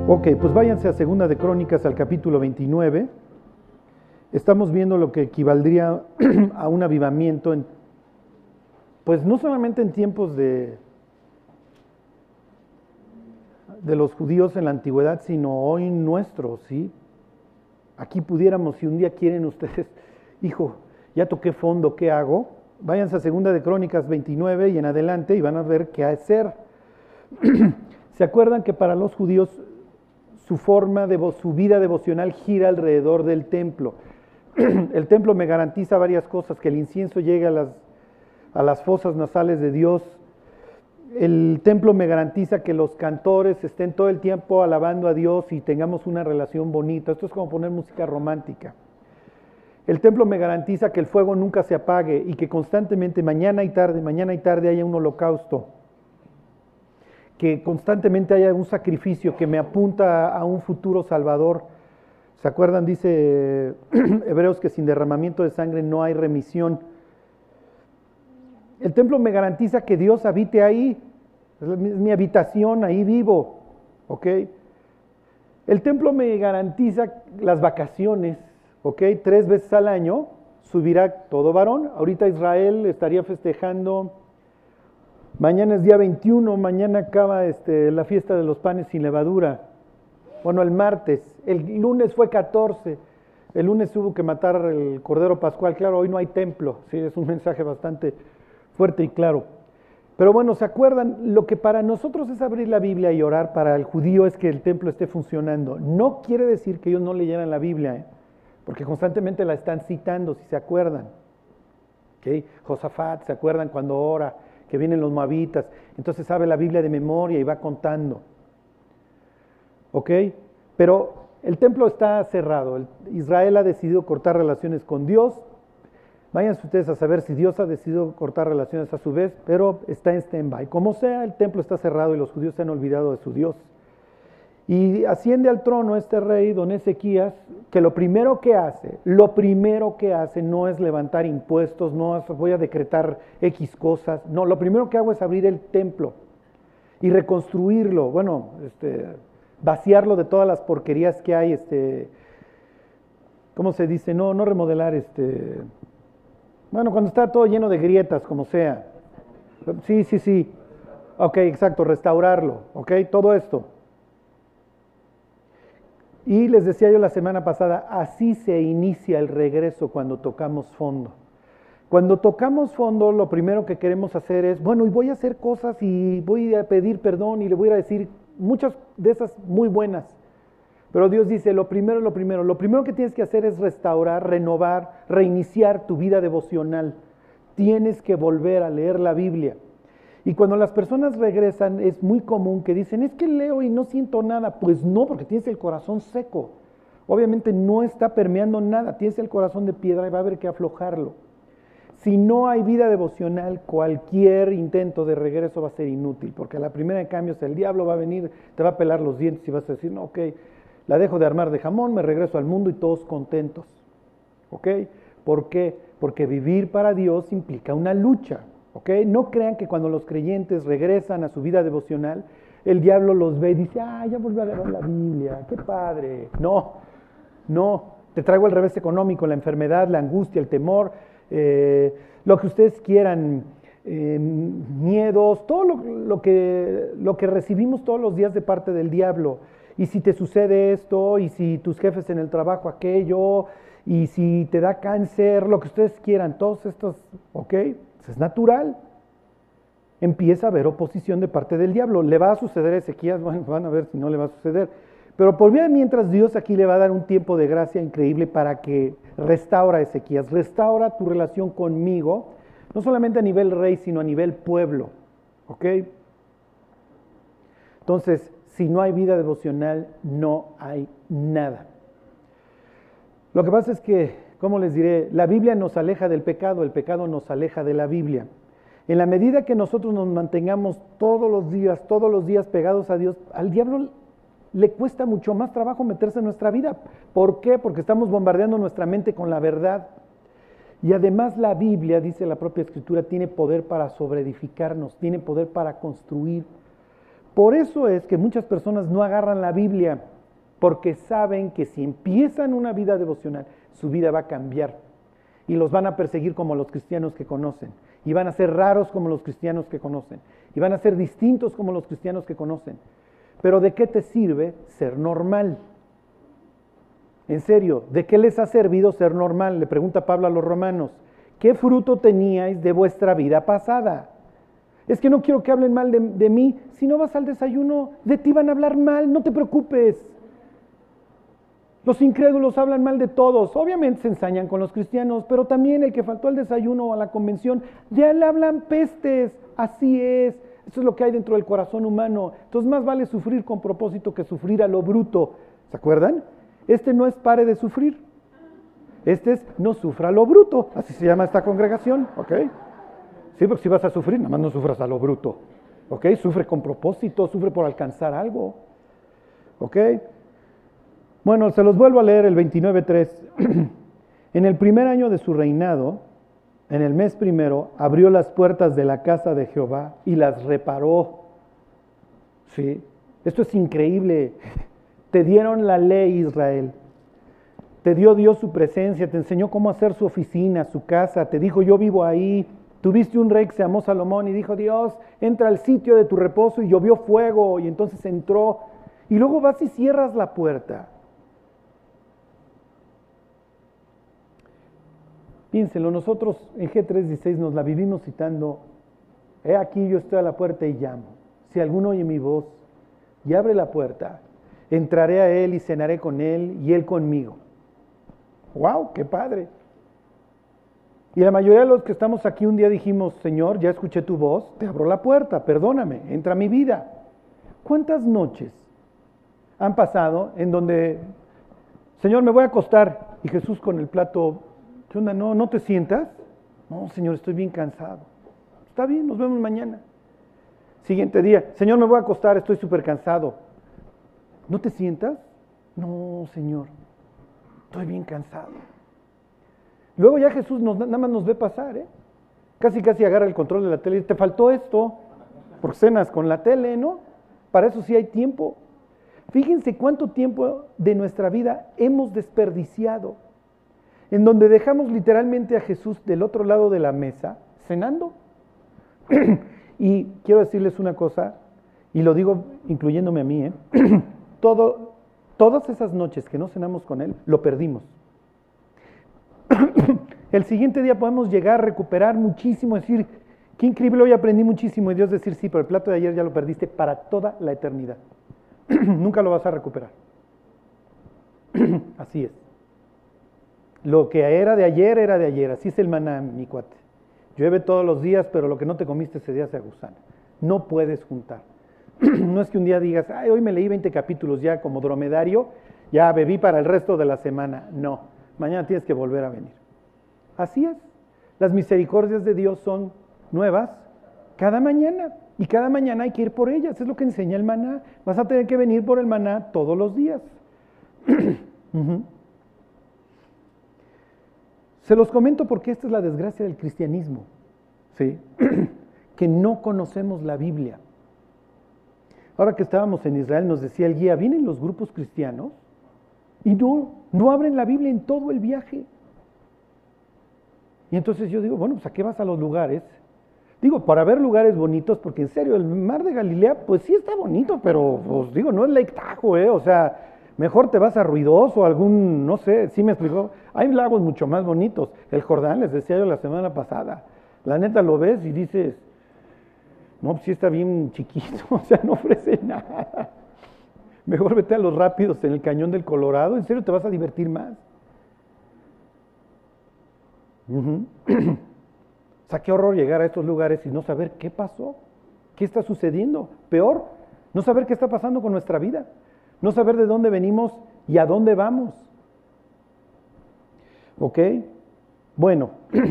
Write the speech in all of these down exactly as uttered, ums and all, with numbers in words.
Ok, pues váyanse a Segunda de Crónicas al capítulo veintinueve. Estamos viendo lo que equivaldría a un avivamiento, en, pues no solamente en tiempos de, de los judíos en la antigüedad, sino hoy nuestros, ¿sí? Aquí pudiéramos, si un día quieren ustedes, hijo, ya toqué fondo, ¿qué hago? Váyanse a Segunda de Crónicas veintinueve y en adelante y van a ver qué hacer. ¿Se acuerdan que para los judíos su forma de su vida devocional gira alrededor del templo? El templo me garantiza varias cosas: que el incienso llegue a las, a las fosas nasales de Dios. El templo me garantiza que los cantores estén todo el tiempo alabando a Dios y tengamos una relación bonita. Esto es como poner música romántica. El templo me garantiza que el fuego nunca se apague y que constantemente, mañana y tarde, mañana y tarde haya un holocausto. Que constantemente haya un sacrificio que me apunta a un futuro salvador. ¿Se acuerdan? Dice Hebreos que sin derramamiento de sangre no hay remisión. El templo me garantiza que Dios habite ahí. Es mi habitación, ahí vivo. ¿Ok? El templo me garantiza las vacaciones. ¿Ok? Tres veces al año subirá todo varón. Ahorita Israel estaría festejando. Mañana es día veintiuno, mañana acaba este, la fiesta de los panes sin levadura. Bueno, el martes, el lunes fue catorce, el lunes hubo que matar el Cordero Pascual. Claro, hoy no hay templo, sí, es un mensaje bastante fuerte y claro. Pero bueno, ¿se acuerdan? Lo que para nosotros es abrir la Biblia y orar, para el judío es que el templo esté funcionando. No quiere decir que ellos no leyeran la Biblia, ¿eh? Porque constantemente la están citando, si se acuerdan. ¿Okay? Josafat, ¿se acuerdan cuando ora? Que vienen los moabitas, entonces sabe la Biblia de memoria y va contando. ¿Ok? Pero el templo está cerrado. El, Israel ha decidido cortar relaciones con Dios. Váyanse ustedes a saber si Dios ha decidido cortar relaciones a su vez, pero está en stand-by. Como sea, el templo está cerrado y los judíos se han olvidado de su Dios. Y asciende al trono este rey, don Ezequías, que lo primero que hace, lo primero que hace no es levantar impuestos, no es voy a decretar X cosas, no, lo primero que hago es abrir el templo y reconstruirlo, bueno, este, vaciarlo de todas las porquerías que hay, este, ¿cómo se dice? No, no remodelar, este, bueno, cuando está todo lleno de grietas, como sea. Sí, sí, sí, ok, exacto, restaurarlo, ok, todo esto. Y les decía yo la semana pasada, así se inicia el regreso cuando tocamos fondo. Cuando tocamos fondo, lo primero que queremos hacer es, bueno, y voy a hacer cosas y voy a pedir perdón y le voy a decir muchas de esas muy buenas. Pero Dios dice, lo primero, lo primero, lo primero que tienes que hacer es restaurar, renovar, reiniciar tu vida devocional. Tienes que volver a leer la Biblia. Y cuando las personas regresan es muy común que dicen, es que leo y no siento nada. Pues no, porque tienes el corazón seco. Obviamente no está permeando nada, tienes el corazón de piedra y va a haber que aflojarlo. Si no hay vida devocional, cualquier intento de regreso va a ser inútil, porque a la primera de cambios el diablo va a venir, te va a pelar los dientes y vas a decir, no, ok, la dejo de armar de jamón, me regreso al mundo y todos contentos. ¿Ok? ¿Por qué? Porque vivir para Dios implica una lucha. ¿Okay? No crean que cuando los creyentes regresan a su vida devocional, el diablo los ve y dice, ah, ya volví a leer la Biblia, qué padre. No, no, te traigo el revés económico, la enfermedad, la angustia, el temor, eh, lo que ustedes quieran, eh, miedos, todo lo, lo, que, lo que recibimos todos los días de parte del diablo. Y si te sucede esto, y si tus jefes en el trabajo aquello, y si te da cáncer, lo que ustedes quieran, todos estos, ¿ok? Es natural. Empieza a haber oposición de parte del diablo. ¿Le va a suceder a Ezequías? Bueno, van a ver si no le va a suceder. Pero por mientras Dios aquí le va a dar un tiempo de gracia increíble para que restaura a Ezequías. Restaura tu relación conmigo, no solamente a nivel rey, sino a nivel pueblo. ¿Ok? Entonces, si no hay vida devocional, no hay nada. Lo que pasa es que, ¿cómo les diré? La Biblia nos aleja del pecado, el pecado nos aleja de la Biblia. En la medida que nosotros nos mantengamos todos los días, todos los días pegados a Dios, al diablo le cuesta mucho más trabajo meterse en nuestra vida. ¿Por qué? Porque estamos bombardeando nuestra mente con la verdad. Y además la Biblia, dice la propia Escritura, tiene poder para sobreedificarnos, tiene poder para construir. Por eso es que muchas personas no agarran la Biblia, porque saben que si empiezan una vida devocional, su vida va a cambiar. Y los van a perseguir como los cristianos que conocen. Y van a ser raros como los cristianos que conocen. Y van a ser distintos como los cristianos que conocen. Pero ¿de qué te sirve ser normal? En serio, ¿de qué les ha servido ser normal? Le pregunta Pablo a los romanos. ¿Qué fruto teníais de vuestra vida pasada? Es que no quiero que hablen mal de, de mí. Si no vas al desayuno, de ti van a hablar mal, no te preocupes. Los incrédulos hablan mal de todos. Obviamente se ensañan con los cristianos, pero también el que faltó al desayuno o a la convención, ya le hablan pestes. Así es. Eso es lo que hay dentro del corazón humano. Entonces más vale sufrir con propósito que sufrir a lo bruto. ¿Se acuerdan? Este no es pare de sufrir. Este es no sufra a lo bruto. Así se llama esta congregación. ¿Ok? Sí, porque si vas a sufrir, nada más no sufras a lo bruto. ¿Ok? Sufre con propósito, sufre por alcanzar algo. ¿Ok? Bueno, se los vuelvo a leer el veintinueve tres. En el primer año de su reinado, en el mes primero, abrió las puertas de la casa de Jehová y las reparó. ¿Sí? Esto es increíble. Te dieron la ley, Israel. Te dio Dios su presencia, te enseñó cómo hacer su oficina, su casa, te dijo yo vivo ahí. Tuviste un rey que se llamó Salomón y dijo Dios, entra al sitio de tu reposo y llovió fuego y entonces entró. Y luego vas y cierras la puerta. Piénselo, nosotros en G tres dieciséis nos la vivimos citando, he aquí yo estoy a la puerta y llamo. Si alguno oye mi voz y abre la puerta, entraré a él y cenaré con él y él conmigo. ¡Wow! ¡Qué padre! Y la mayoría de los que estamos aquí un día dijimos, Señor, ya escuché tu voz, te abro la puerta, perdóname, entra a mi vida. ¿Cuántas noches han pasado en donde, Señor, me voy a acostar? Y Jesús con el plato, ¿qué onda? ¿No, no te sientas? No, Señor, estoy bien cansado. Está bien, nos vemos mañana. Siguiente día, Señor, me voy a acostar, estoy súper cansado. ¿No te sientas? No, Señor, estoy bien cansado. Luego ya Jesús nos, nada más nos ve pasar, ¿eh? Casi casi agarra el control de la tele y dice, te faltó esto, por cenas con la tele, ¿no? Para eso sí hay tiempo. Fíjense cuánto tiempo de nuestra vida hemos desperdiciado, en donde dejamos literalmente a Jesús del otro lado de la mesa, cenando. Y quiero decirles una cosa, y lo digo incluyéndome a mí, ¿eh? Todo, todas esas noches que no cenamos con Él, lo perdimos. El siguiente día podemos llegar a recuperar muchísimo, decir, qué increíble, hoy aprendí muchísimo, y Dios decir, sí, pero el plato de ayer ya lo perdiste para toda la eternidad. Nunca lo vas a recuperar. Así es. Lo que era de ayer, era de ayer. Así es el maná, mi cuate. Llueve todos los días, pero lo que no te comiste ese día se agusana. No puedes juntar. No es que un día digas, ay, hoy me leí veinte capítulos ya como dromedario, ya bebí para el resto de la semana. No, mañana tienes que volver a venir. Así es. Las misericordias de Dios son nuevas cada mañana. Y cada mañana hay que ir por ellas. Es lo que enseña el maná. Vas a tener que venir por el maná todos los días. Uh-huh. Se los comento porque esta es la desgracia del cristianismo, ¿sí? Que no conocemos la Biblia. Ahora que estábamos en Israel nos decía el guía, vienen los grupos cristianos y no, no abren la Biblia en todo el viaje. Y entonces yo digo, bueno, pues ¿a qué vas a los lugares? Digo, para ver lugares bonitos, porque en serio, el mar de Galilea, pues sí está bonito, pero pues digo, no es Lake Tahoe, ¿eh? O sea, mejor te vas a Ruidoso, algún, no sé, sí me explicó. Hay lagos mucho más bonitos. El Jordán, les decía yo la semana pasada. La neta lo ves y dices, no, pues sí está bien chiquito, o sea, no ofrece nada. Mejor vete a los rápidos en el Cañón del Colorado, en serio te vas a divertir más. Uh-huh. O sea, qué horror llegar a estos lugares y no saber qué pasó, qué está sucediendo. Peor, no saber qué está pasando con nuestra vida, no saber de dónde venimos y a dónde vamos. ¿Ok? Bueno,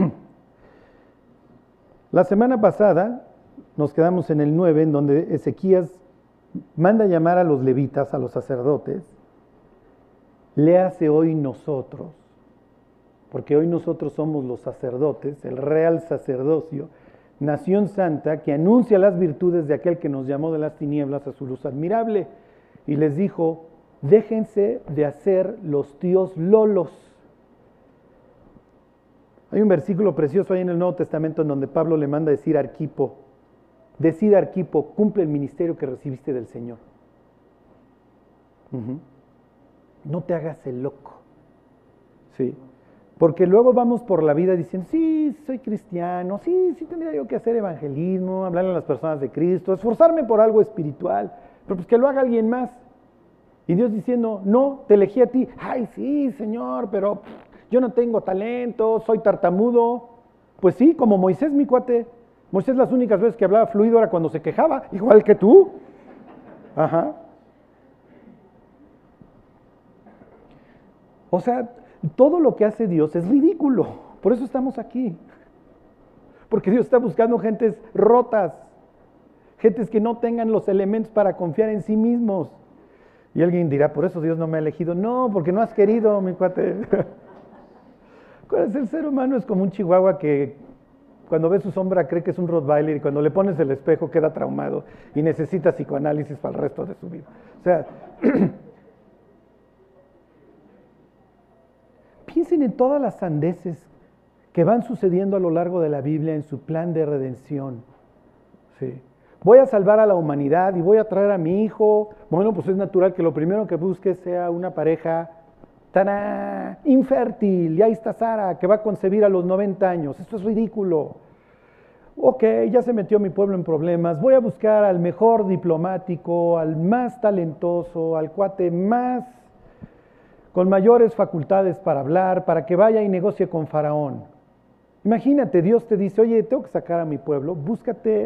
la semana pasada nos quedamos en el nueve, en donde Ezequías manda llamar a los levitas, a los sacerdotes. Léase hoy nosotros, porque hoy nosotros somos los sacerdotes, el real sacerdocio, nación santa, que anuncia las virtudes de aquel que nos llamó de las tinieblas a su luz admirable. Y les dijo, déjense de hacer los tíos lolos. Hay un versículo precioso ahí en el Nuevo Testamento en donde Pablo le manda decir a Arquipo, decida Arquipo, cumple el ministerio que recibiste del Señor. Uh-huh. No te hagas el loco. Sí. Porque luego vamos por la vida diciendo, sí, soy cristiano, sí, sí tendría yo que hacer evangelismo, hablarle a las personas de Cristo, esforzarme por algo espiritual, pero pues que lo haga alguien más. Y Dios diciendo, no, te elegí a ti. Ay, sí, Señor, pero yo no tengo talento, soy tartamudo. Pues sí, como Moisés, mi cuate. Moisés las únicas veces que hablaba fluido era cuando se quejaba, igual que tú. Ajá. O sea, todo lo que hace Dios es ridículo. Por eso estamos aquí. Porque Dios está buscando gentes rotas, gentes que no tengan los elementos para confiar en sí mismos. Y alguien dirá, por eso Dios no me ha elegido. No, porque no has querido, mi cuate. El ser humano es como un chihuahua que cuando ve su sombra cree que es un Rottweiler y cuando le pones el espejo queda traumado y necesita psicoanálisis para el resto de su vida. O sea, piensen en todas las sandeces que van sucediendo a lo largo de la Biblia en su plan de redención. Sí. Voy a salvar a la humanidad y voy a traer a mi hijo. Bueno, pues es natural que lo primero que busque sea una pareja ¡tarán! Infértil. Y ahí está Sara, que va a concebir a los noventa años. Esto es ridículo. Ok, ya se metió mi pueblo en problemas. Voy a buscar al mejor diplomático, al más talentoso, al cuate más con mayores facultades para hablar, para que vaya y negocie con Faraón. Imagínate, Dios te dice, oye, tengo que sacar a mi pueblo, búscate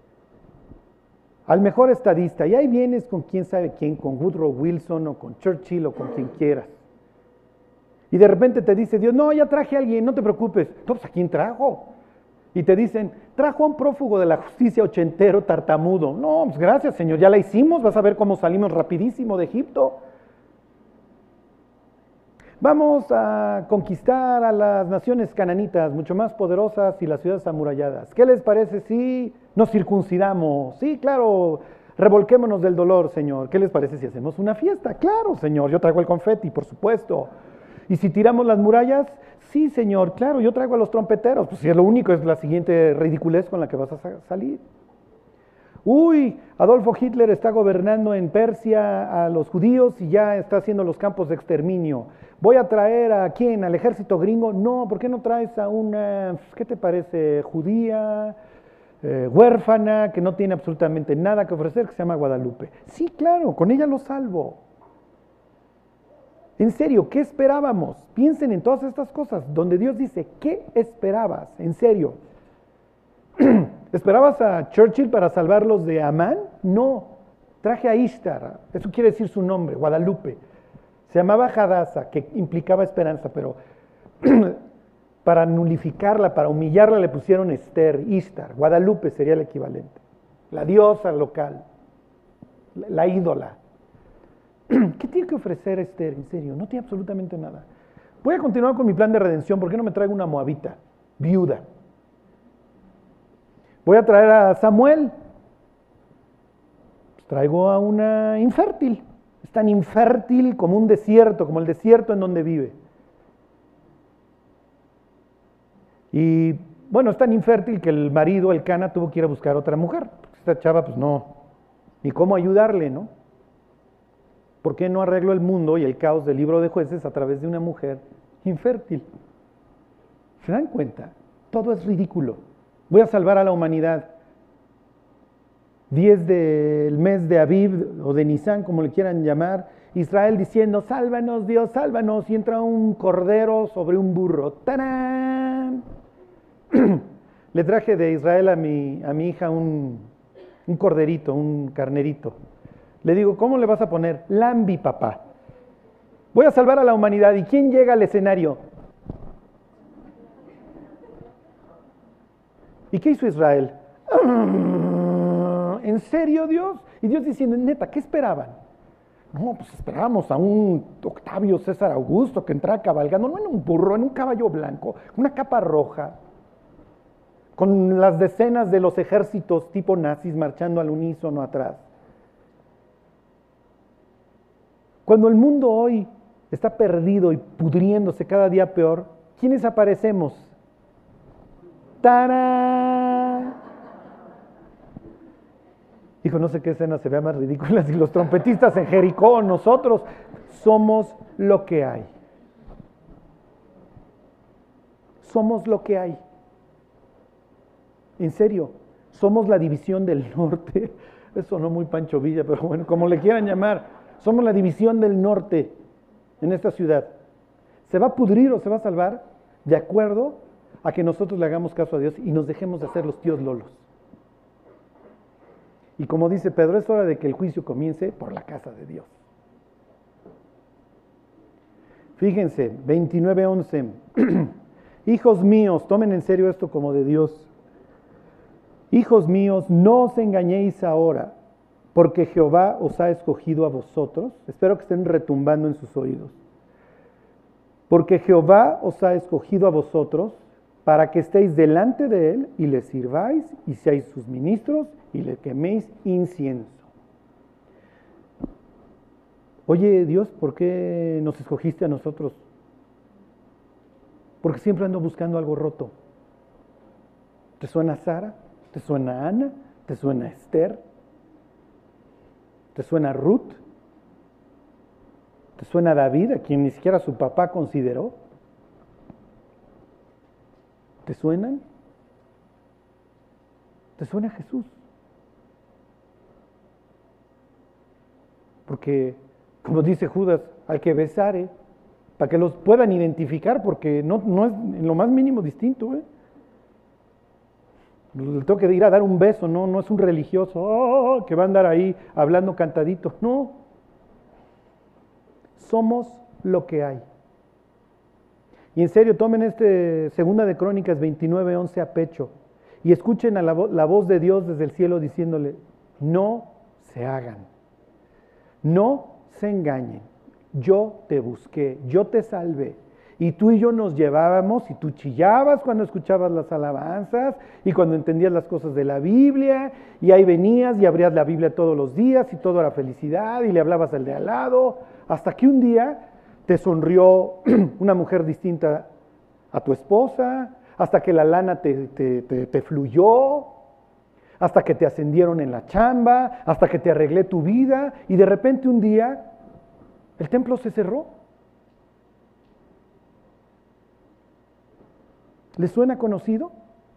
al mejor estadista, y ahí vienes con quién sabe quién, con Woodrow Wilson o con Churchill o con quien quieras. Y de repente te dice Dios, no, ya traje a alguien, no te preocupes. No, pues ¿a quién trajo? Y te dicen, trajo a un prófugo de la justicia ochentero, tartamudo. No, pues gracias, Señor, ya la hicimos, vas a ver cómo salimos rapidísimo de Egipto. Vamos a conquistar a las naciones cananitas, mucho más poderosas, y las ciudades amuralladas. ¿Qué les parece si nos circuncidamos? Sí, claro, revolquémonos del dolor, Señor. ¿Qué les parece si hacemos una fiesta? Claro, Señor, yo traigo el confeti, por supuesto. ¿Y si tiramos las murallas? Sí, Señor, claro, yo traigo a los trompeteros. Pues si es lo único, es la siguiente ridiculez con la que vas a salir. Uy, Adolfo Hitler está gobernando en Persia a los judíos y ya está haciendo los campos de exterminio. ¿Voy a traer a quién? ¿Al ejército gringo? No, ¿por qué no traes a una, qué te parece, judía, eh, huérfana, que no tiene absolutamente nada que ofrecer, que se llama Guadalupe? Sí, claro, con ella lo salvo. En serio, ¿qué esperábamos? Piensen en todas estas cosas, donde Dios dice, ¿qué esperabas? En serio. ¿Esperabas a Churchill para salvarlos de Amán? No, traje a Ishtar, eso quiere decir su nombre, Guadalupe. Se llamaba Hadassah, que implicaba esperanza, pero para nulificarla, para humillarla le pusieron Esther, Ishtar, Guadalupe sería el equivalente. La diosa local, la ídola. ¿Qué tiene que ofrecer Esther? En serio, no tiene absolutamente nada. Voy a continuar con mi plan de redención, ¿por qué no me traigo una moabita, viuda? Voy a traer a Samuel, pues traigo a una infértil, es tan infértil como un desierto, como el desierto en donde vive. Y bueno, es tan infértil que el marido, el Cana, tuvo que ir a buscar otra mujer. Esta chava, pues no, ni cómo ayudarle, ¿no? ¿Por qué no arreglo el mundo y el caos del libro de Jueces a través de una mujer infértil? ¿Se dan cuenta? Todo es ridículo. Voy a salvar a la humanidad. diez del mes de Aviv o de Nisan, como le quieran llamar, Israel diciendo, sálvanos Dios, sálvanos, y entra un cordero sobre un burro. ¡Tarán! Le traje de Israel a mi, a mi hija un, un corderito, un carnerito. Le digo, ¿cómo le vas a poner? Lambi, papá. Voy a salvar a la humanidad. ¿Y quién llega al escenario? ¿Y qué hizo Israel? ¿En serio, Dios? Y Dios diciendo, neta, ¿qué esperaban? No, pues esperábamos a un Octavio César Augusto que entrara cabalgando, no en un burro, en un caballo blanco, una capa roja, con las decenas de los ejércitos tipo nazis marchando al unísono atrás. Cuando el mundo hoy está perdido y pudriéndose cada día peor, ¿quiénes aparecemos? ¡Tarán! Hijo, no sé qué escena se vea más ridícula si los trompetistas en Jericó, nosotros somos lo que hay. Somos lo que hay. En serio, somos la división del norte. Eso no muy Pancho Villa, pero bueno, como le quieran llamar, somos la división del norte en esta ciudad. ¿Se va a pudrir o se va a salvar? De acuerdo a que nosotros le hagamos caso a Dios y nos dejemos de hacer los tíos lolos. Y como dice Pedro, es hora de que el juicio comience por la casa de Dios. Fíjense, veintinueve once. Hijos míos, tomen en serio esto como de Dios. Hijos míos, no os engañéis ahora, porque Jehová os ha escogido a vosotros. Espero que estén retumbando en sus oídos. Porque Jehová os ha escogido a vosotros para que estéis delante de Él y le sirváis y seáis sus ministros y le queméis incienso. Oye, Dios, ¿por qué nos escogiste a nosotros? Porque siempre ando buscando algo roto. ¿Te suena Sara? ¿Te suena Ana? ¿Te suena Esther? ¿Te suena Ruth? ¿Te suena David, a quien ni siquiera su papá consideró? ¿Te suenan? ¿Te suena Jesús? Porque, como dice Judas, al que besare, para que los puedan identificar, porque no, no es en lo más mínimo distinto, ¿eh? Le tengo que ir a dar un beso, no, no es un religioso oh, que va a andar ahí hablando cantadito, no. Somos lo que hay. Y en serio, tomen este Segunda de Crónicas veintinueve once a pecho y escuchen a la, vo- la voz de Dios desde el cielo diciéndole, no se hagan, no se engañen, yo te busqué, yo te salvé. Y tú y yo nos llevábamos y tú chillabas cuando escuchabas las alabanzas y cuando entendías las cosas de la Biblia y ahí venías y abrías la Biblia todos los días y todo era felicidad y le hablabas al de al lado hasta que un día te sonrió una mujer distinta a tu esposa, hasta que la lana te, te, te, te fluyó, hasta que te ascendieron en la chamba, hasta que te arreglé tu vida y de repente un día el templo se cerró. ¿Les suena conocido?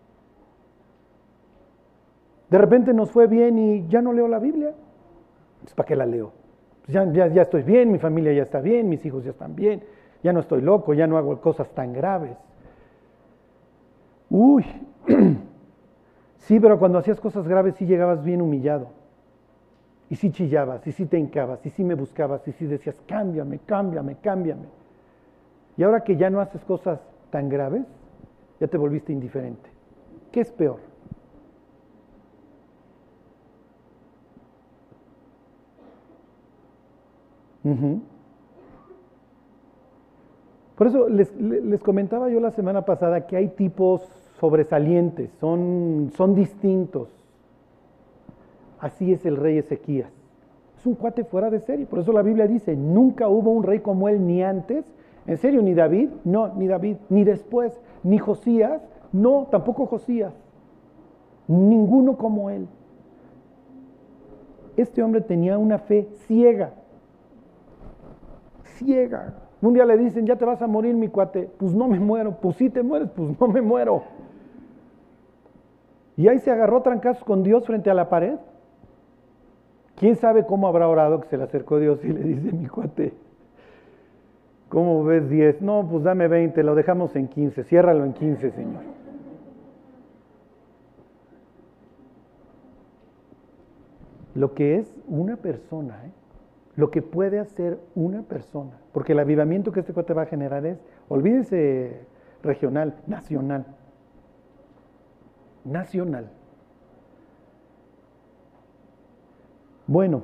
De repente nos fue bien y ya no leo la Biblia. Pues, ¿para qué la leo? Pues ya, ya, ya estoy bien, mi familia ya está bien, mis hijos ya están bien, ya no estoy loco, ya no hago cosas tan graves. Uy, sí, pero cuando hacías cosas graves sí llegabas bien humillado. Y sí chillabas, y sí te hincabas, y sí me buscabas, y sí decías, cámbiame, cámbiame, cámbiame. Y ahora que ya no haces cosas tan graves, ya te volviste indiferente. ¿Qué es peor? Uh-huh. Por eso les, les comentaba yo la semana pasada que hay tipos sobresalientes, son, son distintos. Así es el rey Ezequías. Es un cuate fuera de serie. Por eso la Biblia dice, nunca hubo un rey como él ni antes. ¿En serio? ¿Ni David? No, ni David. Ni después. ¿Ni Josías? No, tampoco Josías. Ninguno como él. Este hombre tenía una fe ciega. Ciega. Un día le dicen, ya te vas a morir, mi cuate. Pues no me muero. Pues sí te mueres, pues no me muero. Y ahí se agarró trancazos con Dios frente a la pared. ¿Quién sabe cómo habrá orado que se le acercó Dios y le dice, mi cuate, ¿cómo ves diez? No, pues dame veinte, lo dejamos en quince, ciérralo en quince, Señor. Lo que es una persona, ¿eh? Lo que puede hacer una persona, porque el avivamiento que este cuate va a generar es, olvídense regional, nacional. Nacional. Bueno,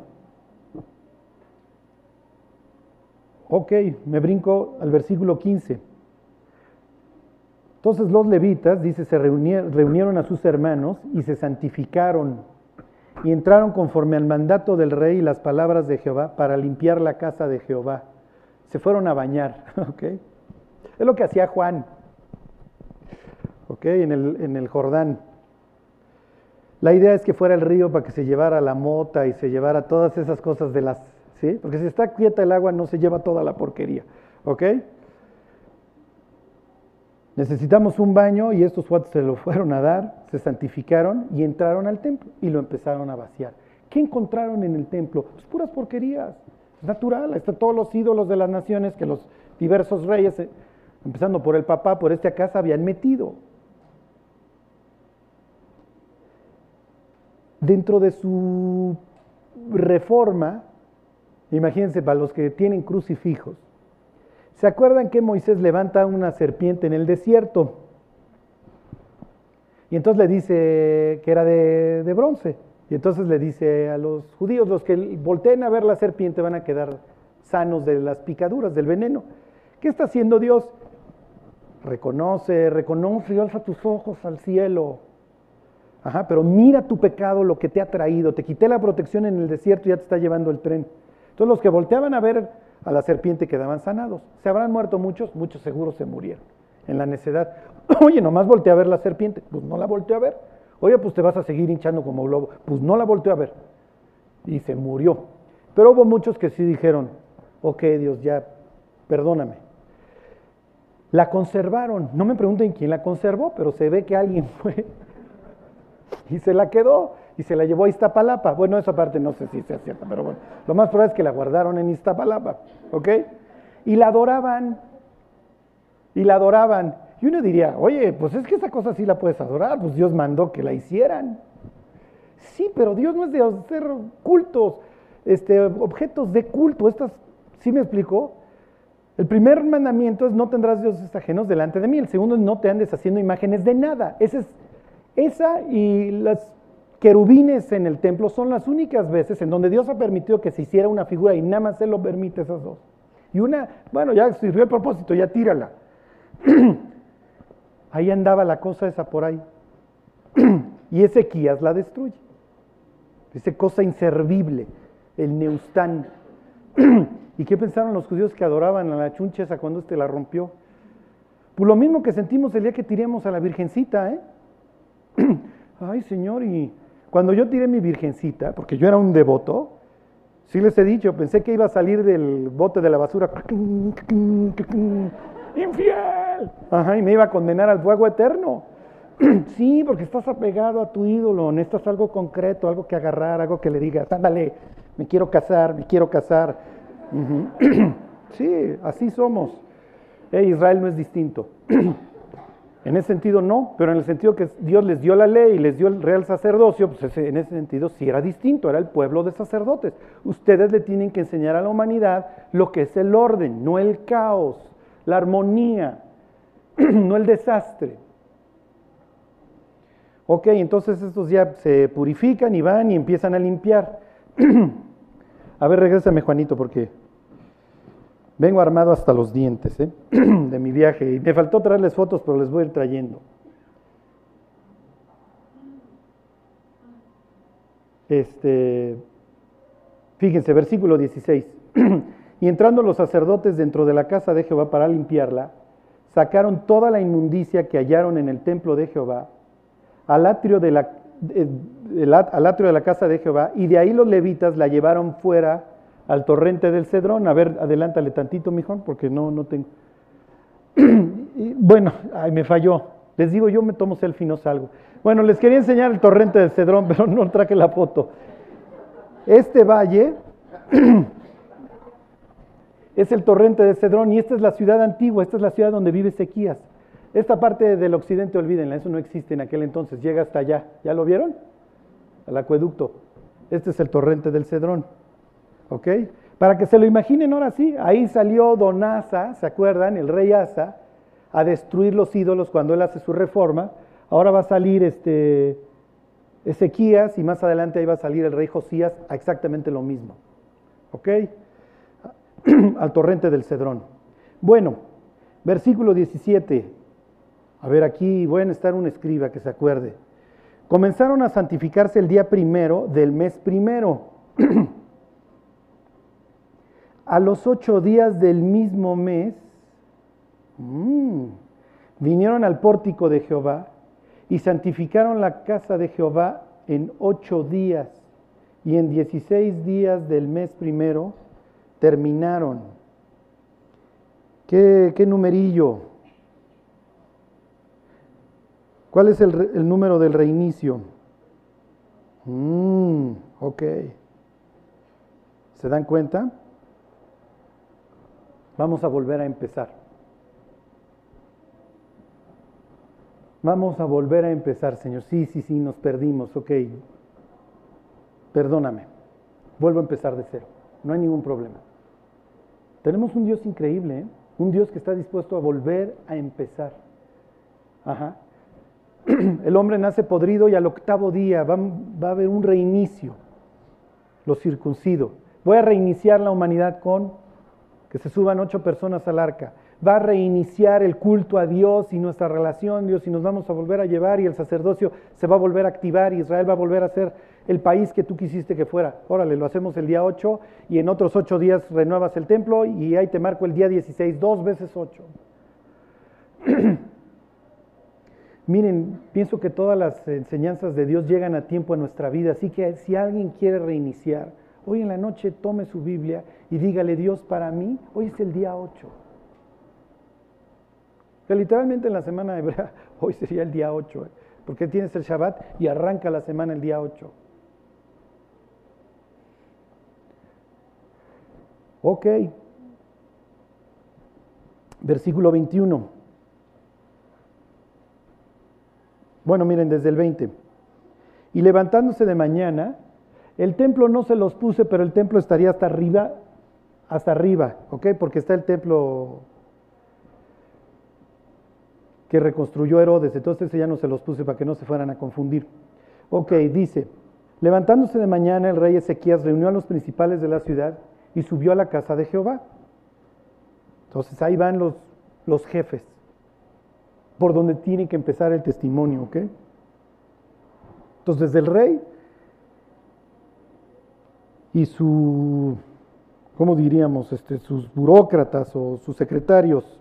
ok, me brinco al versículo quince. Entonces los levitas, dice, se reunieron, reunieron a sus hermanos y se santificaron y entraron conforme al mandato del rey y las palabras de Jehová para limpiar la casa de Jehová. Se fueron a bañar, ¿ok? Es lo que hacía Juan, ¿ok? En el, en el Jordán. La idea es que fuera el río para que se llevara la mota y se llevara todas esas cosas de las, ¿sí? Porque si está quieta el agua no se lleva toda la porquería, ¿ok? Necesitamos un baño y estos cuates se lo fueron a dar, se santificaron y entraron al templo y lo empezaron a vaciar. ¿Qué encontraron en el templo? Pues puras porquerías, es natural, están todos los ídolos de las naciones que los diversos reyes, empezando por el papá, por esta casa, habían metido. Dentro de su reforma, imagínense, para los que tienen crucifijos, ¿se acuerdan que Moisés levanta una serpiente en el desierto? Y entonces le dice que era de, de bronce. Y entonces le dice a los judíos, los que volteen a ver la serpiente van a quedar sanos de las picaduras, del veneno. ¿Qué está haciendo Dios? Reconoce, reconoce, alza tus ojos al cielo. Ajá, pero mira tu pecado, lo que te ha traído. Te quité la protección en el desierto y ya te está llevando el tren. Entonces los que volteaban a ver a la serpiente quedaban sanados. ¿Se habrán muerto muchos? Muchos seguros se murieron en la necedad. Oye, nomás volteé a ver la serpiente. Pues no la volteé a ver. Oye, pues te vas a seguir hinchando como globo. Pues no la volteé a ver. Y se murió. Pero hubo muchos que sí dijeron, ok, Dios, ya, perdóname. La conservaron. No me pregunten quién la conservó, pero se ve que alguien fue y se la quedó y se la llevó a Iztapalapa. Bueno, esa parte no sé si sea cierta, pero bueno, lo más probable es que la guardaron en Iztapalapa, ¿ok? Y la adoraban, y la adoraban. Y uno diría, oye, pues es que esa cosa sí la puedes adorar, pues Dios mandó que la hicieran. Sí, pero Dios no es de hacer cultos, este, objetos de culto. Estas, ¿sí me explico? El primer mandamiento es no tendrás dioses ajenos delante de mí. El segundo es no te andes haciendo imágenes de nada. Esa, es, esa y las querubines en el templo son las únicas veces en donde Dios ha permitido que se hiciera una figura y nada más Él lo permite esas dos. Y una, bueno, ya sirvió el propósito, ya tírala. Ahí andaba la cosa esa por ahí. Y Ezequías la destruye. Esa cosa inservible, el Neustán. ¿Y qué pensaron los judíos que adoraban a la chuncha esa cuando este la rompió? Pues lo mismo que sentimos el día que tiremos a la virgencita, ¿eh? Ay, Señor, y cuando yo tiré mi virgencita, porque yo era un devoto, sí les he dicho, pensé que iba a salir del bote de la basura, ¡infiel! Ajá, y me iba a condenar al fuego eterno. Sí, porque estás apegado a tu ídolo, necesitas algo concreto, algo que agarrar, algo que le digas, ándale, me quiero casar, me quiero casar. Uh-huh. Sí, así somos. Eh, Israel no es distinto. En ese sentido no, pero en el sentido que Dios les dio la ley y les dio el real sacerdocio, pues ese, en ese sentido sí era distinto, era el pueblo de sacerdotes. Ustedes le tienen que enseñar a la humanidad lo que es el orden, no el caos, la armonía, no el desastre. Ok, entonces estos ya se purifican y van y empiezan a limpiar. A ver, regrésame, Juanito, porque vengo armado hasta los dientes, ¿eh? De mi viaje. Y me faltó traerles fotos, pero les voy a ir trayendo. Este, fíjense, versículo dieciséis. Y entrando los sacerdotes dentro de la casa de Jehová para limpiarla, sacaron toda la inmundicia que hallaron en el templo de Jehová, al atrio de la, el, al atrio de la casa de Jehová, y de ahí los levitas la llevaron fuera al torrente del Cedrón. A ver, adelántale tantito, mijón, porque no, no tengo. Y, bueno, ay, me falló. Les digo, yo me tomo selfie y no salgo. Bueno, les quería enseñar el torrente del Cedrón, pero no traje la foto. Este valle es el torrente del Cedrón y esta es la ciudad antigua, esta es la ciudad donde vive Ezequías. Esta parte del occidente, olvídenla, eso no existe en aquel entonces, llega hasta allá. ¿Ya lo vieron? Al acueducto. Este es el torrente del Cedrón. ¿Ok? Para que se lo imaginen ahora sí, ahí salió Don Asa, ¿se acuerdan? El rey Asa, a destruir los ídolos cuando él hace su reforma. Ahora va a salir este Ezequías y más adelante ahí va a salir el rey Josías a exactamente lo mismo. ¿Ok? Al torrente del Cedrón. Bueno, versículo diecisiete. A ver, aquí voy a necesitar un escriba que se acuerde. Comenzaron a santificarse el día primero del mes primero. A los ocho días del mismo mes, mmm, vinieron al pórtico de Jehová y santificaron la casa de Jehová en ocho días. Y en dieciséis días del mes primero terminaron. ¿Qué, qué numerillo? ¿Cuál es el, el número del reinicio? Mm, ok. ¿Se dan cuenta? Vamos a volver a empezar. Vamos a volver a empezar, Señor. Sí, sí, sí, nos perdimos. Ok. Perdóname. Vuelvo a empezar de cero. No hay ningún problema. Tenemos un Dios increíble, ¿eh? Un Dios que está dispuesto a volver a empezar. Ajá. El hombre nace podrido y al octavo día va, va a haber un reinicio. Lo circuncido. Voy a reiniciar la humanidad con que se suban ocho personas al arca. Va a reiniciar el culto a Dios y nuestra relación, Dios, y nos vamos a volver a llevar y el sacerdocio se va a volver a activar y Israel va a volver a ser el país que tú quisiste que fuera. Órale, lo hacemos el día ocho y en otros ocho días renuevas el templo y ahí te marco el día dieciséis, dos veces ocho. Miren, pienso que todas las enseñanzas de Dios llegan a tiempo en nuestra vida, así que si alguien quiere reiniciar, hoy en la noche tome su Biblia y dígale, Dios, para mí, hoy es el día ocho. Que literalmente en la semana hebrea, hoy sería el día ocho, ¿eh? Porque tienes el Shabbat y arranca la semana el día ocho. Ok. Versículo veintiuno. Bueno, miren, desde el veinte. Y levantándose de mañana, el templo no se los puse, pero el templo estaría hasta arriba, hasta arriba, ¿ok? Porque está el templo que reconstruyó Herodes, entonces ese ya no se los puse para que no se fueran a confundir. Ok, dice, levantándose de mañana el rey Ezequías reunió a los principales de la ciudad y subió a la casa de Jehová. Entonces ahí van los, los jefes, por donde tiene que empezar el testimonio, ¿ok? Entonces desde el rey y su, ¿cómo diríamos? Este, sus burócratas o sus secretarios.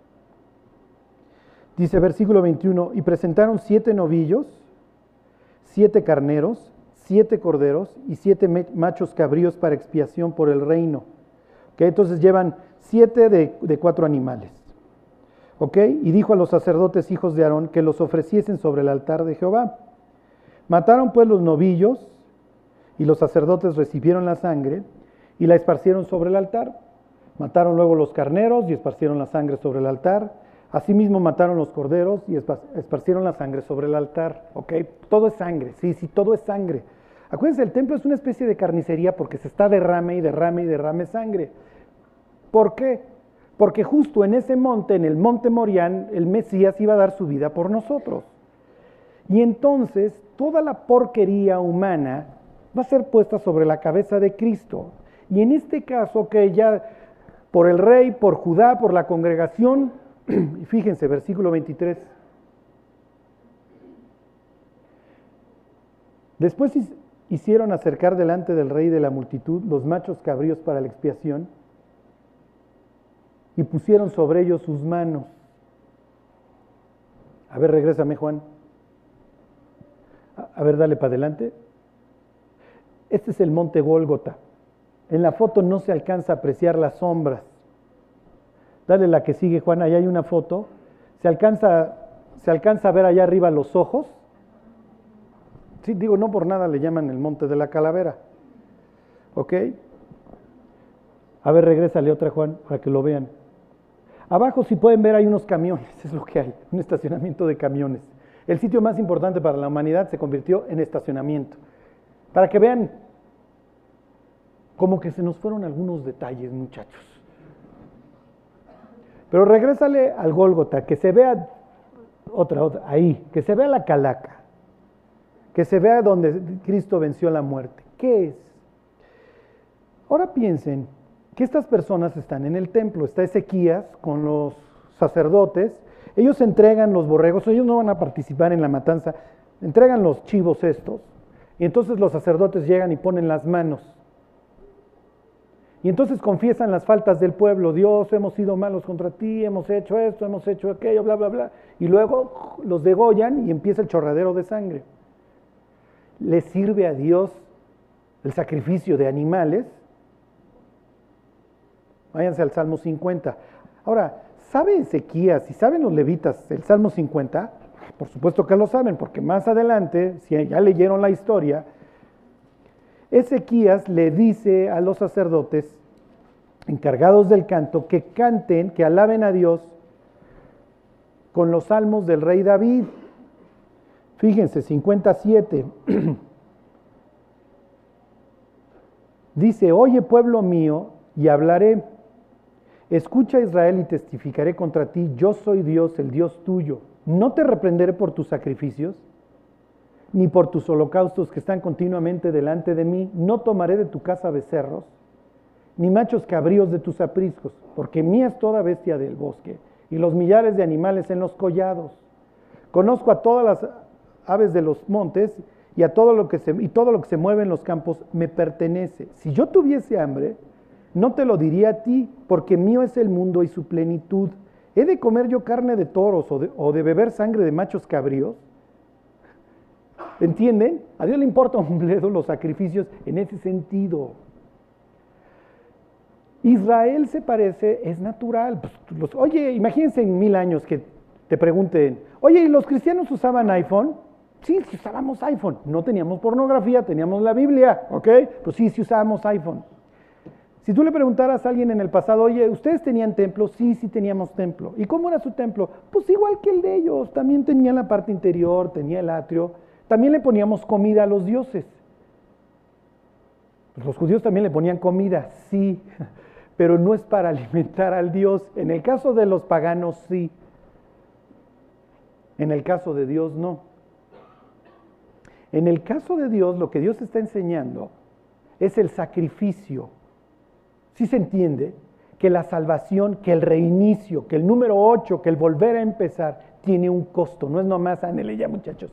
Dice versículo veintiuno, y presentaron siete novillos, siete carneros, siete corderos y siete machos cabríos para expiación por el reino. ¿Okay? Entonces llevan siete de, de cuatro animales. ¿Okay? Y dijo a los sacerdotes hijos de Aarón que los ofreciesen sobre el altar de Jehová. Mataron pues los novillos y los sacerdotes recibieron la sangre y la esparcieron sobre el altar. Mataron luego los carneros y esparcieron la sangre sobre el altar. Asimismo mataron los corderos y esparcieron la sangre sobre el altar. ¿Ok? Todo es sangre, sí, sí, todo es sangre. Acuérdense, el templo es una especie de carnicería porque se está derrame y derrame y derrame sangre. ¿Por qué? Porque justo en ese monte, en el monte Morián, el Mesías iba a dar su vida por nosotros. Y entonces toda la porquería humana va a ser puesta sobre la cabeza de Cristo. Y en este caso, que ya por el rey, por Judá, por la congregación, y fíjense, versículo veintitrés. Después hicieron acercar delante del rey de la multitud los machos cabríos para la expiación y pusieron sobre ellos sus manos. A ver, regrésame, Juan. A ver, dale para adelante. Este es el monte Gólgota. En la foto no se alcanza a apreciar las sombras. Dale la que sigue, Juan, allá hay una foto. ¿Se alcanza, se alcanza a ver allá arriba los ojos? Sí, digo, no por nada le llaman el monte de la calavera. ¿Ok? A ver, regrésale otra, Juan, para que lo vean. Abajo, si pueden ver, hay unos camiones, es lo que hay, un estacionamiento de camiones. El sitio más importante para la humanidad se convirtió en estacionamiento. Para que vean, como que se nos fueron algunos detalles, muchachos. Pero regrésale al Gólgota, que se vea otra, otra, ahí, que se vea la calaca, que se vea donde Cristo venció la muerte. ¿Qué es? Ahora piensen que estas personas están en el templo, está Ezequías con los sacerdotes, Ellos entregan los borregos, ellos no van a participar en la matanza, entregan los chivos estos, y entonces los sacerdotes llegan y ponen las manos. Y entonces confiesan las faltas del pueblo. Dios, hemos sido malos contra ti, hemos hecho esto, hemos hecho aquello, bla, bla, bla. Y luego los degollan y empieza el chorradero de sangre. ¿Le sirve a Dios el sacrificio de animales? Váyanse al Salmo cincuenta. Ahora, ¿sabe Ezequías y saben los levitas el Salmo cincuenta? Por supuesto que lo saben, porque más adelante, si ya leyeron la historia, Ezequías le dice a los sacerdotes encargados del canto que canten, que alaben a Dios con los salmos del rey David. Fíjense, cincuenta y siete. Dice, oye pueblo mío, y hablaré. Escucha Israel y testificaré contra ti, yo soy Dios, el Dios tuyo. No te reprenderé por tus sacrificios, ni por tus holocaustos que están continuamente delante de mí. No tomaré de tu casa becerros, ni machos cabríos de tus apriscos, porque mía es toda bestia del bosque, y los millares de animales en los collados. Conozco a todas las aves de los montes, y a todo lo que se, y todo lo que se mueve en los campos me pertenece. Si yo tuviese hambre, no te lo diría a ti, porque mío es el mundo y su plenitud. ¿He de comer yo carne de toros o de, o de beber sangre de machos cabríos? ¿Entienden? A Dios le importa un bledo los sacrificios en ese sentido. Israel se parece, es natural. Pues, los, oye, imagínense en mil años que te pregunten, oye, ¿y los cristianos usaban iPhone? Sí, sí usábamos iPhone. No teníamos pornografía, teníamos la Biblia, ¿ok? Pues sí, sí usábamos iPhone. Si tú le preguntaras a alguien en el pasado, oye, ¿ustedes tenían templo? Sí, sí teníamos templo. ¿Y cómo era su templo? Pues igual que el de ellos. También tenía la parte interior, tenía el atrio. También le poníamos comida a los dioses. Pues los judíos también le ponían comida, sí, pero no es para alimentar al Dios. En el caso de los paganos, sí. En el caso de Dios, no. En el caso de Dios, lo que Dios está enseñando es el sacrificio. ¿Sí se entiende? Que la salvación, que el reinicio, que el número ocho, que el volver a empezar, tiene un costo. No es nomás, ándele ya muchachos.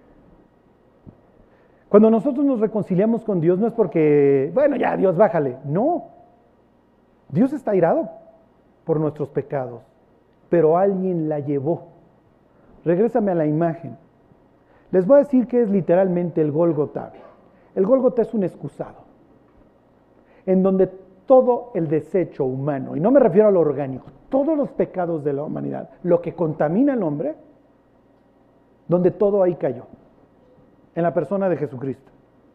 Cuando nosotros nos reconciliamos con Dios, no es porque, bueno, ya Dios bájale. No. Dios está airado por nuestros pecados, pero alguien la llevó. Regrésame a la imagen. Les voy a decir que es literalmente el Gólgota. El Gólgota es un excusado, en donde todo el desecho humano, y no me refiero a lo orgánico, todos los pecados de la humanidad, lo que contamina al hombre, donde todo ahí cayó, en la persona de Jesucristo.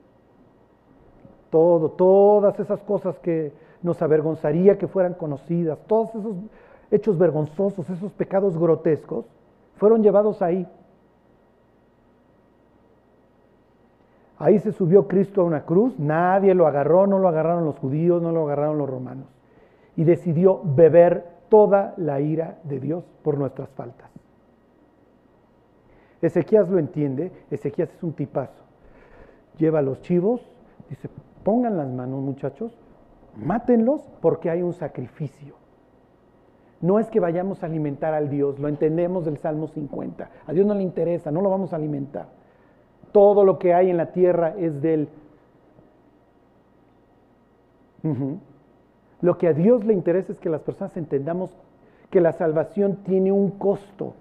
Todo, todas esas cosas que nos avergonzaría que fueran conocidas, todos esos hechos vergonzosos, esos pecados grotescos, fueron llevados ahí. Ahí se subió Cristo a una cruz, nadie lo agarró, no lo agarraron los judíos, no lo agarraron los romanos. Y decidió beber toda la ira de Dios por nuestras faltas. Ezequías lo entiende, Ezequías es un tipazo. Lleva a los chivos, dice, pongan las manos muchachos, mátenlos porque hay un sacrificio. No es que vayamos a alimentar al Dios, lo entendemos del Salmo cincuenta. A Dios no le interesa, no lo vamos a alimentar. Todo lo que hay en la tierra es de Él. Uh-huh. Lo que a Dios le interesa es que las personas entendamos que la salvación tiene un costo.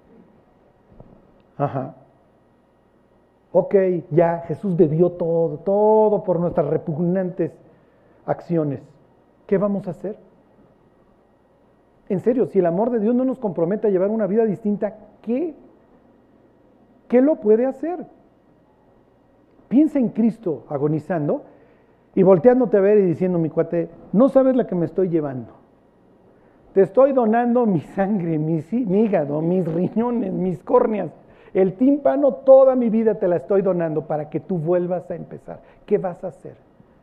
Ajá. Ok, ya Jesús bebió todo, todo por nuestras repugnantes acciones. ¿Qué vamos a hacer? En serio, si el amor de Dios no nos compromete a llevar una vida distinta, ¿qué? ¿Qué lo puede hacer? Piensa en Cristo agonizando y volteándote a ver y diciendo, mi cuate, no sabes la que me estoy llevando. Te estoy donando mi sangre, mi, mi hígado, mis riñones, mis córneas, el tímpano, toda mi vida te la estoy donando para que tú vuelvas a empezar. ¿Qué vas a hacer?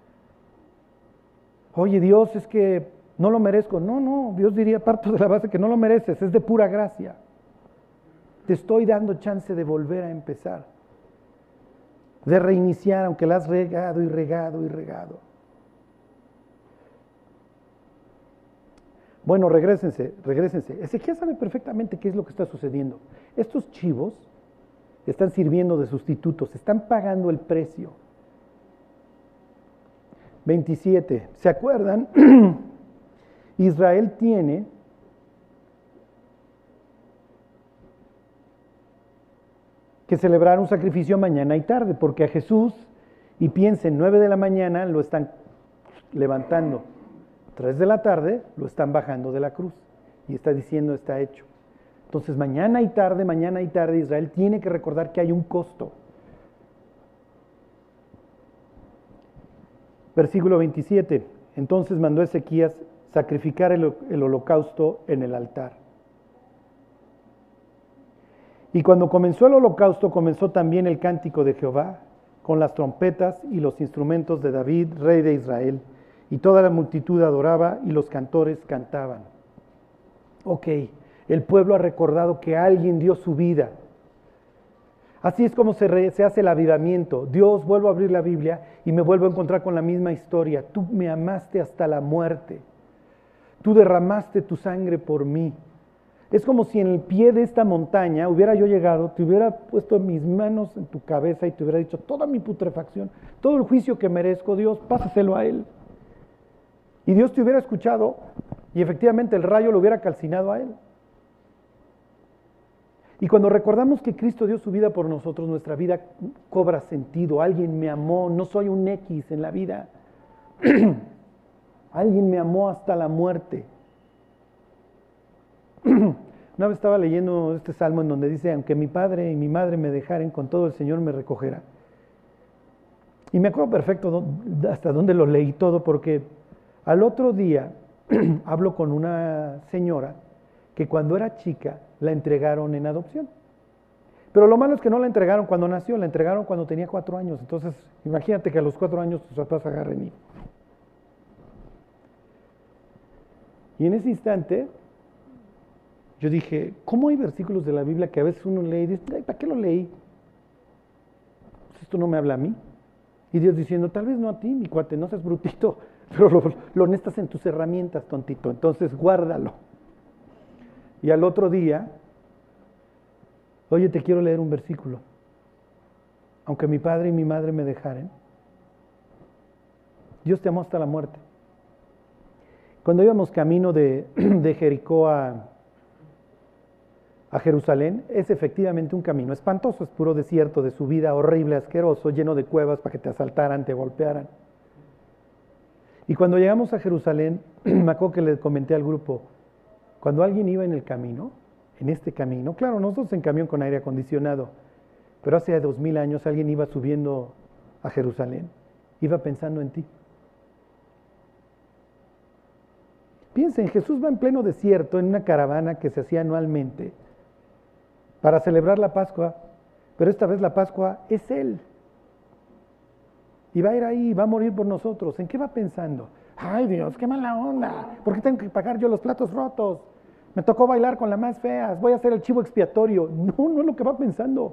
Oye, Dios, es que no lo merezco. No, no, Dios diría, parto de la base que no lo mereces, es de pura gracia. Te estoy dando chance de volver a empezar, de reiniciar, aunque la has regado y regado y regado. Bueno, regrésense, regrésense. Ezequías sabe perfectamente qué es lo que está sucediendo. Estos chivos están sirviendo de sustitutos, están pagando el precio. veintisiete. ¿Se acuerdan? Israel tiene que celebrar un sacrificio mañana y tarde, porque a Jesús, y piensen, nueve de la mañana lo están levantando, tres de la tarde lo están bajando de la cruz, y está diciendo está hecho. Entonces mañana y tarde, mañana y tarde Israel tiene que recordar que hay un costo. Versículo veintisiete. Entonces mandó Ezequías sacrificar el, el holocausto en el altar. Y cuando comenzó el holocausto, comenzó también el cántico de Jehová, con las trompetas y los instrumentos de David, rey de Israel. Y toda la multitud adoraba y los cantores cantaban. Ok, el pueblo ha recordado que alguien dio su vida. Así es como se, re, se hace el avivamiento. Dios, vuelvo a abrir la Biblia y me vuelvo a encontrar con la misma historia. Tú me amaste hasta la muerte. Tú derramaste tu sangre por mí. Es como si en el pie de esta montaña hubiera yo llegado, te hubiera puesto mis manos en tu cabeza y te hubiera dicho toda mi putrefacción, todo el juicio que merezco, Dios, pásaselo a Él. Y Dios te hubiera escuchado y efectivamente el rayo lo hubiera calcinado a Él. Y cuando recordamos que Cristo dio su vida por nosotros, nuestra vida cobra sentido. Alguien me amó, no soy un X en la vida. Alguien me amó hasta la muerte. Una vez estaba leyendo este salmo en donde dice, aunque mi padre y mi madre me dejaren, con todo el Señor me recogerá. Y me acuerdo perfecto hasta dónde lo leí todo, porque al otro día hablo con una señora que cuando era chica la entregaron en adopción. Pero lo malo es que no la entregaron cuando nació, la entregaron cuando tenía cuatro años. Entonces, imagínate que a los cuatro años tus papás agarren y... Y en ese instante, yo dije, ¿cómo hay versículos de la Biblia que a veces uno lee y dice, ay, ¿para qué lo leí? Pues esto no me habla a mí. Y Dios diciendo, tal vez no a ti, mi cuate, no seas brutito, pero lo, lo necesitas en tus herramientas, tontito, entonces guárdalo. Y al otro día, oye, te quiero leer un versículo. Aunque mi padre y mi madre me dejaren, Dios te amó hasta la muerte. Cuando íbamos camino de, de Jericó a, a Jerusalén, es efectivamente un camino espantoso, es puro desierto de subida, horrible, asqueroso, lleno de cuevas para que te asaltaran, te golpearan. Y cuando llegamos a Jerusalén, me acuerdo que le comenté al grupo, cuando alguien iba en el camino, en este camino, claro, nosotros en camión con aire acondicionado, pero hace dos mil años alguien iba subiendo a Jerusalén, iba pensando en ti. Piensen, Jesús va en pleno desierto en una caravana que se hacía anualmente para celebrar la Pascua, pero esta vez la Pascua es Él. Y va a ir ahí, va a morir por nosotros. ¿En qué va pensando? Ay Dios, qué mala onda. ¿Por qué tengo que pagar yo los platos rotos? Me tocó bailar con las más feas. Voy a hacer el chivo expiatorio. No, no es lo que va pensando.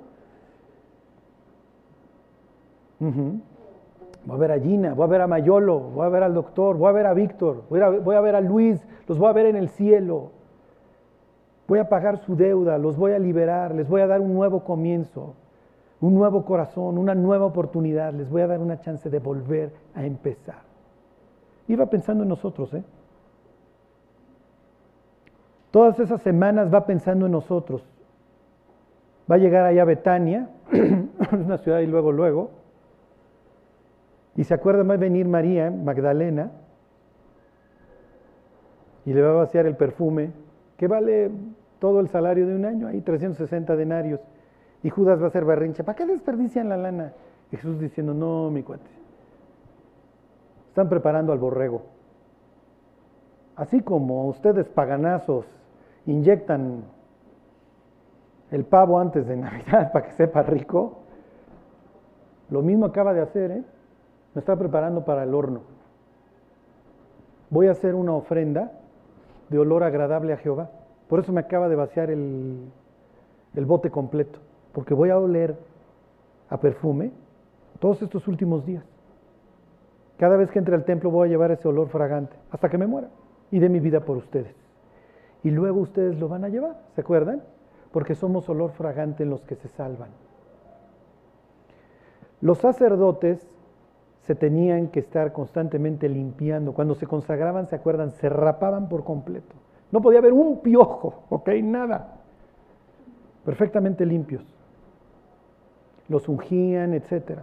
Uh-huh. Voy a ver a Gina, voy a ver a Mayolo, voy a ver al doctor, voy a ver a Víctor, voy a, voy a ver a Luis, los voy a ver en el cielo. Voy a pagar su deuda, los voy a liberar, les voy a dar un nuevo comienzo, un nuevo corazón, una nueva oportunidad, les voy a dar una chance de volver a empezar. Iba pensando en nosotros, ¿eh? Todas esas semanas va pensando en nosotros. Va a llegar allá a Betania, una ciudad y luego, luego. Y se acuerda, va a venir María Magdalena y le va a vaciar el perfume, que vale todo el salario de un año, ahí trescientos sesenta denarios. Y Judas va a hacer berrinche, ¿para qué desperdician la lana? Y Jesús diciendo, no, mi cuate, están preparando al borrego. Así como ustedes paganazos inyectan el pavo antes de Navidad para que sepa rico, lo mismo acaba de hacer, ¿eh? Me está preparando para el horno. Voy a hacer una ofrenda de olor agradable a Jehová. Por eso me acaba de vaciar el, el bote completo, porque voy a oler a perfume todos estos últimos días. Cada vez que entre al templo voy a llevar ese olor fragante, hasta que me muera y dé mi vida por ustedes. y luego ustedes lo van a llevar, ¿se acuerdan? Porque somos olor fragante en los que se salvan. Los sacerdotes se tenían que estar constantemente limpiando. Cuando se consagraban, ¿se acuerdan? Se rapaban por completo. No podía haber un piojo, ¿ok? Nada. Perfectamente limpios. Los ungían, etcétera.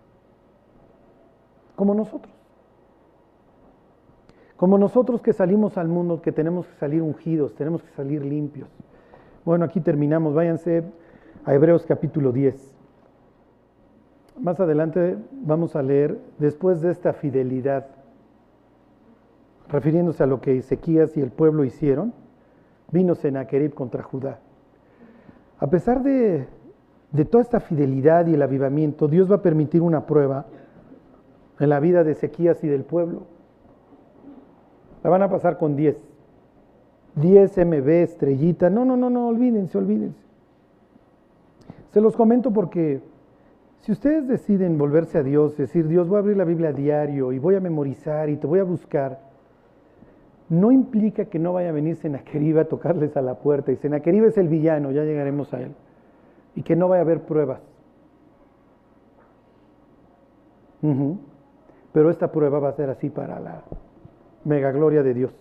Como nosotros. Como nosotros que salimos al mundo, que tenemos que salir ungidos, tenemos que salir limpios. Bueno, aquí terminamos. Váyanse a Hebreos capítulo diez. Más adelante vamos a leer, después de esta fidelidad, refiriéndose a lo que Ezequías y el pueblo hicieron, vino Sennacherib contra Judá. A pesar de, de toda esta fidelidad y el avivamiento, Dios va a permitir una prueba en la vida de Ezequías y del pueblo. La van a pasar con diez. diez M B, estrellita. No, no, no, no, olvídense, olvídense. Se los comento porque si ustedes deciden volverse a Dios, decir, Dios, voy a abrir la Biblia a diario y voy a memorizar y te voy a buscar, no implica que no vaya a venir Sennacherib a tocarles a la puerta. Y Sennacherib es el villano, ya llegaremos a él. Y que no vaya a haber pruebas. Uh-huh. Pero esta prueba va a ser así para la mega gloria de Dios.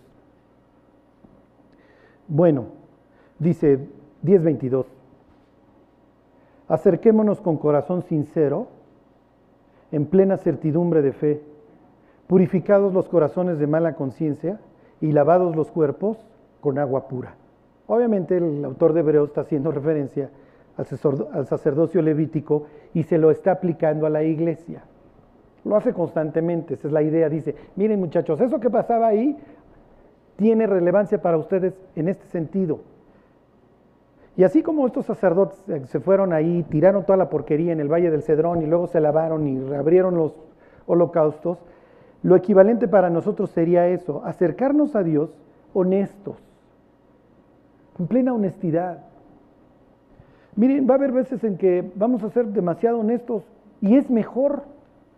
Bueno, dice diez veintidós. Acerquémonos con corazón sincero, en plena certidumbre de fe, purificados los corazones de mala conciencia y lavados los cuerpos con agua pura. Obviamente el autor de Hebreos está haciendo referencia al sacerdocio levítico y se lo está aplicando a la iglesia. Lo hace constantemente, esa es la idea. Dice, miren muchachos, eso que pasaba ahí tiene relevancia para ustedes en este sentido. Y así como estos sacerdotes se fueron ahí, tiraron toda la porquería en el Valle del Cedrón y luego se lavaron y reabrieron los holocaustos, lo equivalente para nosotros sería eso, acercarnos a Dios honestos, en plena honestidad. Miren, va a haber veces en que vamos a ser demasiado honestos y es mejor.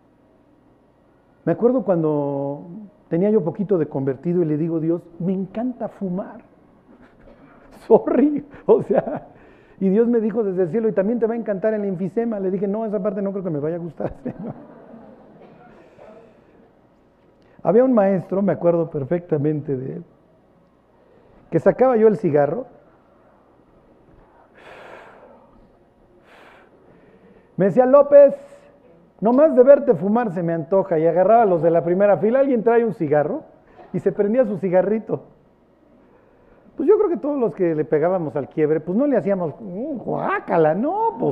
Me acuerdo cuando tenía yo poquito de convertido y le digo, Dios, me encanta fumar. Sorry, o sea, y Dios me dijo desde el cielo, y también te va a encantar el enfisema. Le dije, no, esa parte no creo que me vaya a gustar, Señor. Había un maestro, me acuerdo perfectamente de él, que sacaba yo el cigarro, me decía, López, nomás de verte fumar se me antoja, y agarraba a los de la primera fila, alguien trae un cigarro, y se prendía su cigarrito. Pues yo creo que todos los que le pegábamos al quiebre, pues no le hacíamos, mm, guácala, no, pues.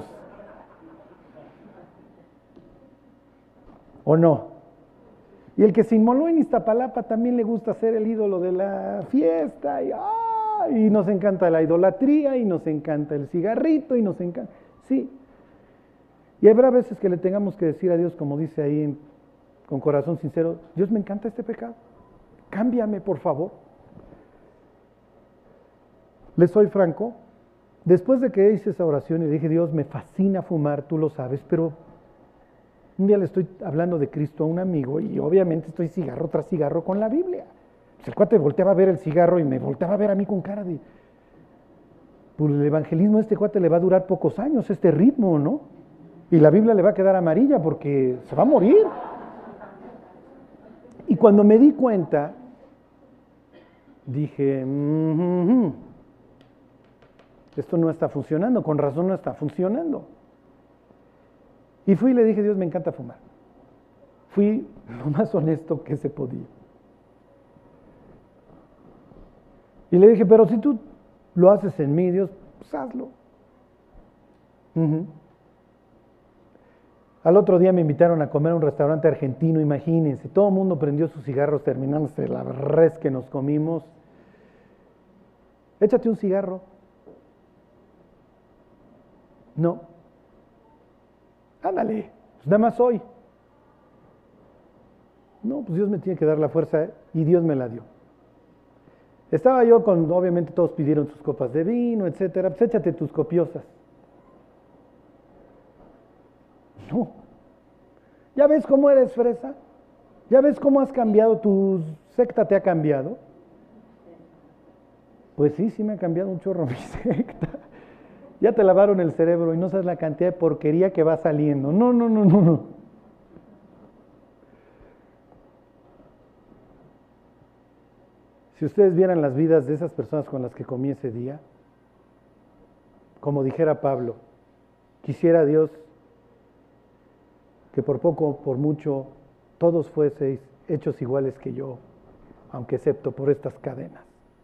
¿O no? Y el que se inmoló en Iztapalapa también le gusta ser el ídolo de la fiesta, y, ¡ah! Y nos encanta la idolatría, y nos encanta el cigarrito, y nos encanta, sí. Y habrá veces que le tengamos que decir a Dios, como dice ahí, en, con corazón sincero, Dios, me encanta este pecado, cámbiame por favor. Les soy franco, después de que hice esa oración y dije, Dios, me fascina fumar, tú lo sabes, pero un día le estoy hablando de Cristo a un amigo y obviamente estoy cigarro tras cigarro con la Biblia. Pues el cuate volteaba a ver el cigarro y me volteaba a ver a mí con cara de, pues el evangelismo a este cuate le va a durar pocos años, este ritmo, ¿no? Y la Biblia le va a quedar amarilla porque se va a morir. Y cuando me di cuenta, dije, mm-hmm, esto no está funcionando, con razón no está funcionando. Y fui y le dije, Dios, me encanta fumar. Fui lo más honesto que se podía. Y le dije, pero si tú lo haces en mí, Dios, pues hazlo. Uh-huh. Al otro día me invitaron a comer a un restaurante argentino, imagínense, todo el mundo prendió sus cigarros terminándose la res que nos comimos. Échate un cigarro. No. Ándale, pues nada más hoy. No, pues Dios me tiene que dar la fuerza y Dios me la dio. Estaba yo con, obviamente todos pidieron sus copas de vino, etcétera, pues échate tus copiosas. No. ¿Ya ves cómo eres fresa? ¿Ya ves cómo has cambiado? Tu secta te ha cambiado. Pues sí, sí me ha cambiado un chorro mi secta. Ya te lavaron el cerebro y no sabes la cantidad de porquería que va saliendo. No, no, no, no, no. Si ustedes vieran las vidas de esas personas con las que comí ese día, como dijera Pablo, quisiera Dios que por poco o por mucho todos fueseis hechos iguales que yo, aunque excepto por estas cadenas.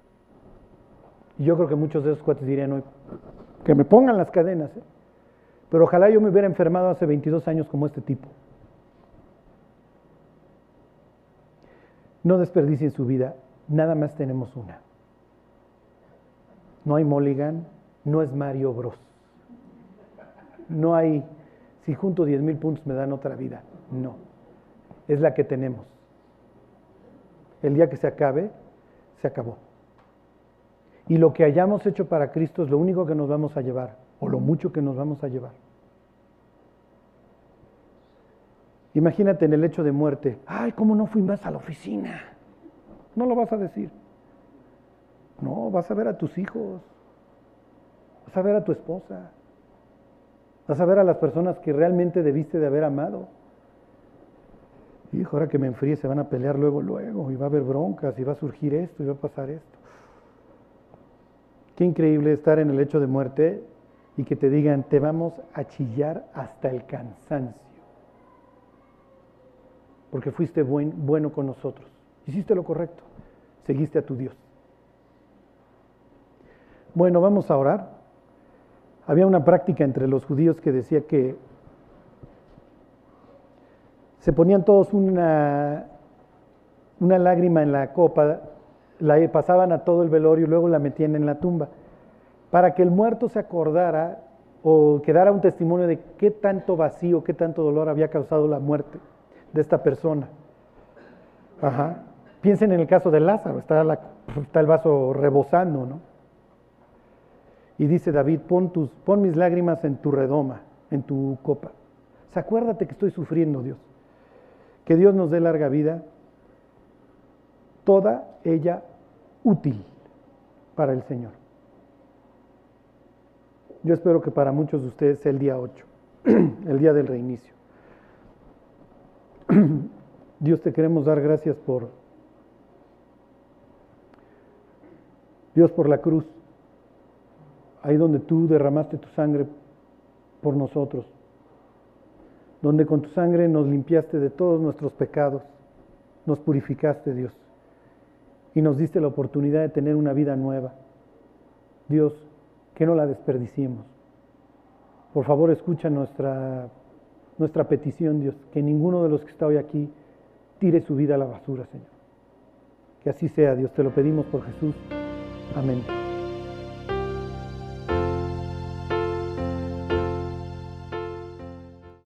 Y yo creo que muchos de esos cuates dirían hoy, que me pongan las cadenas, ¿eh? Pero ojalá yo me hubiera enfermado hace veintidós años como este tipo. No desperdicien su vida, nada más tenemos una. No hay Mulligan, no es Mario Bros. No hay, si junto diez mil puntos me dan otra vida, no. Es la que tenemos. El día que se acabe, se acabó. Y lo que hayamos hecho para Cristo es lo único que nos vamos a llevar, o lo mucho que nos vamos a llevar. Imagínate en el hecho de muerte, ay, ¿cómo no fui más a la oficina? No lo vas a decir. No, vas a ver a tus hijos, vas a ver a tu esposa, vas a ver a las personas que realmente debiste de haber amado. Hijo, ahora que me enfríe se van a pelear luego, luego, y va a haber broncas, y va a surgir esto, y va a pasar esto. Qué increíble estar en el hecho de muerte y que te digan, te vamos a chillar hasta el cansancio. Porque fuiste buen, bueno con nosotros. Hiciste lo correcto. Seguiste a tu Dios. Bueno, vamos a orar. Había una práctica entre los judíos que decía que se ponían todos una, una lágrima en la copa, la pasaban a todo el velorio y luego la metían en la tumba, para que el muerto se acordara o quedara un testimonio de qué tanto vacío, qué tanto dolor había causado la muerte de esta persona. Ajá. Piensen en el caso de Lázaro, está, la, está el vaso rebosando, ¿no? Y dice David, pon, tus, pon mis lágrimas en tu redoma, en tu copa. O sea, acuérdate que estoy sufriendo, Dios. Que Dios nos dé larga vida, toda ella útil para el Señor. Yo espero que para muchos de ustedes sea el día ocho, el día del reinicio. Dios, te queremos dar gracias por Dios, por la cruz, ahí donde tú derramaste tu sangre por nosotros, donde con tu sangre nos limpiaste de todos nuestros pecados, nos purificaste, Dios, y nos diste la oportunidad de tener una vida nueva. Dios, que no la desperdiciemos. Por favor, escucha nuestra, nuestra petición, Dios, que ninguno de los que está hoy aquí tire su vida a la basura, Señor. Que así sea, Dios, te lo pedimos por Jesús. Amén.